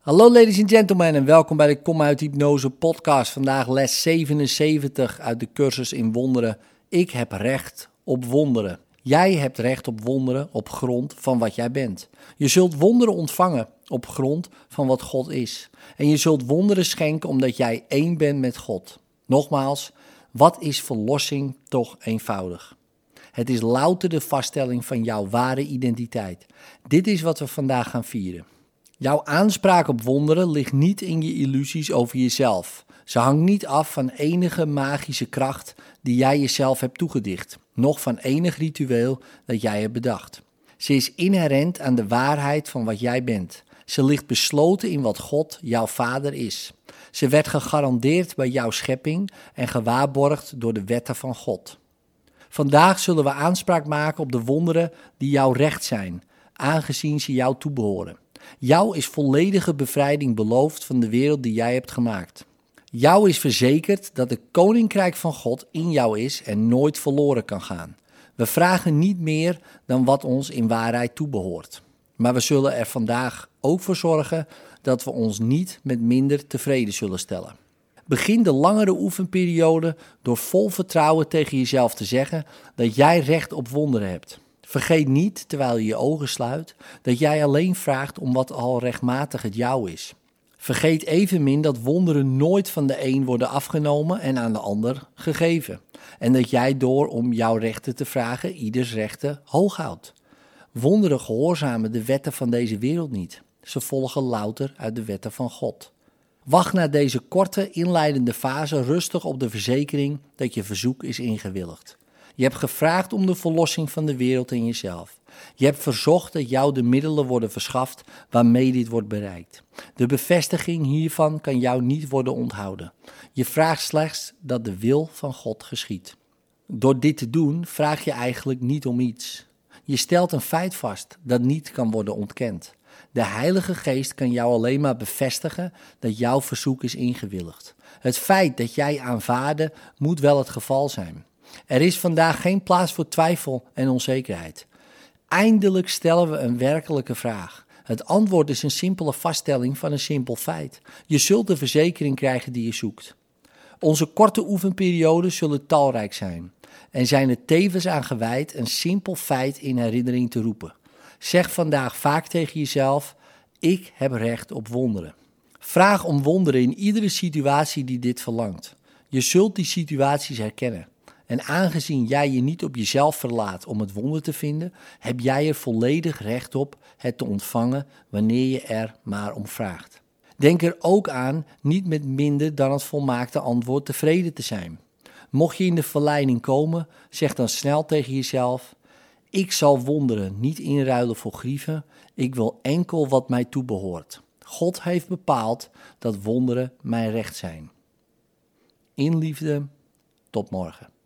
Hallo ladies and gentlemen en welkom bij de Kom uit Hypnose podcast. Vandaag les 77 uit de cursus in wonderen. Ik heb recht op wonderen. Jij hebt recht op wonderen op grond van wat jij bent. Je zult wonderen ontvangen op grond van wat God is. En je zult wonderen schenken omdat jij één bent met God. Nogmaals, wat is verlossing toch eenvoudig? Het is louter de vaststelling van jouw ware identiteit. Dit is wat we vandaag gaan vieren. Jouw aanspraak op wonderen ligt niet in je illusies over jezelf. Ze hangt niet af van enige magische kracht die jij jezelf hebt toegedicht, noch van enig ritueel dat jij hebt bedacht. Ze is inherent aan de waarheid van wat jij bent. Ze ligt besloten in wat God, jouw Vader, is. Ze werd gegarandeerd bij jouw schepping en gewaarborgd door de wetten van God. Vandaag zullen we aanspraak maken op de wonderen die jouw recht zijn, aangezien ze jou toebehoren. Jou is volledige bevrijding beloofd van de wereld die jij hebt gemaakt. Jou is verzekerd dat het koninkrijk van God in jou is en nooit verloren kan gaan. We vragen niet meer dan wat ons in waarheid toebehoort. Maar we zullen er vandaag ook voor zorgen dat we ons niet met minder tevreden zullen stellen. Begin de langere oefenperiode door vol vertrouwen tegen jezelf te zeggen dat jij recht op wonderen hebt. Vergeet niet, terwijl je je ogen sluit, dat jij alleen vraagt om wat al rechtmatig het jou is. Vergeet evenmin dat wonderen nooit van de een worden afgenomen en aan de ander gegeven. En dat jij door om jouw rechten te vragen ieders rechten hoog houdt. Wonderen gehoorzamen de wetten van deze wereld niet. Ze volgen louter uit de wetten van God. Wacht na deze korte inleidende fase rustig op de verzekering dat je verzoek is ingewilligd. Je hebt gevraagd om de verlossing van de wereld en jezelf. Je hebt verzocht dat jou de middelen worden verschaft waarmee dit wordt bereikt. De bevestiging hiervan kan jou niet worden onthouden. Je vraagt slechts dat de wil van God geschiedt. Door dit te doen vraag je eigenlijk niet om iets. Je stelt een feit vast dat niet kan worden ontkend. De Heilige Geest kan jou alleen maar bevestigen dat jouw verzoek is ingewilligd. Het feit dat jij aanvaarde moet wel het geval zijn. Er is vandaag geen plaats voor twijfel en onzekerheid. Eindelijk stellen we een werkelijke vraag. Het antwoord is een simpele vaststelling van een simpel feit. Je zult de verzekering krijgen die je zoekt. Onze korte oefenperioden zullen talrijk zijn en zijn er tevens aan gewijd een simpel feit in herinnering te roepen. Zeg vandaag vaak tegen jezelf, ik heb recht op wonderen. Vraag om wonderen in iedere situatie die dit verlangt. Je zult die situaties herkennen. En aangezien jij je niet op jezelf verlaat om het wonder te vinden, heb jij er volledig recht op het te ontvangen wanneer je er maar om vraagt. Denk er ook aan niet met minder dan het volmaakte antwoord tevreden te zijn. Mocht je in de verleiding komen, zeg dan snel tegen jezelf, ik zal wonderen niet inruilen voor grieven, ik wil enkel wat mij toebehoort. God heeft bepaald dat wonderen mijn recht zijn. In liefde, tot morgen.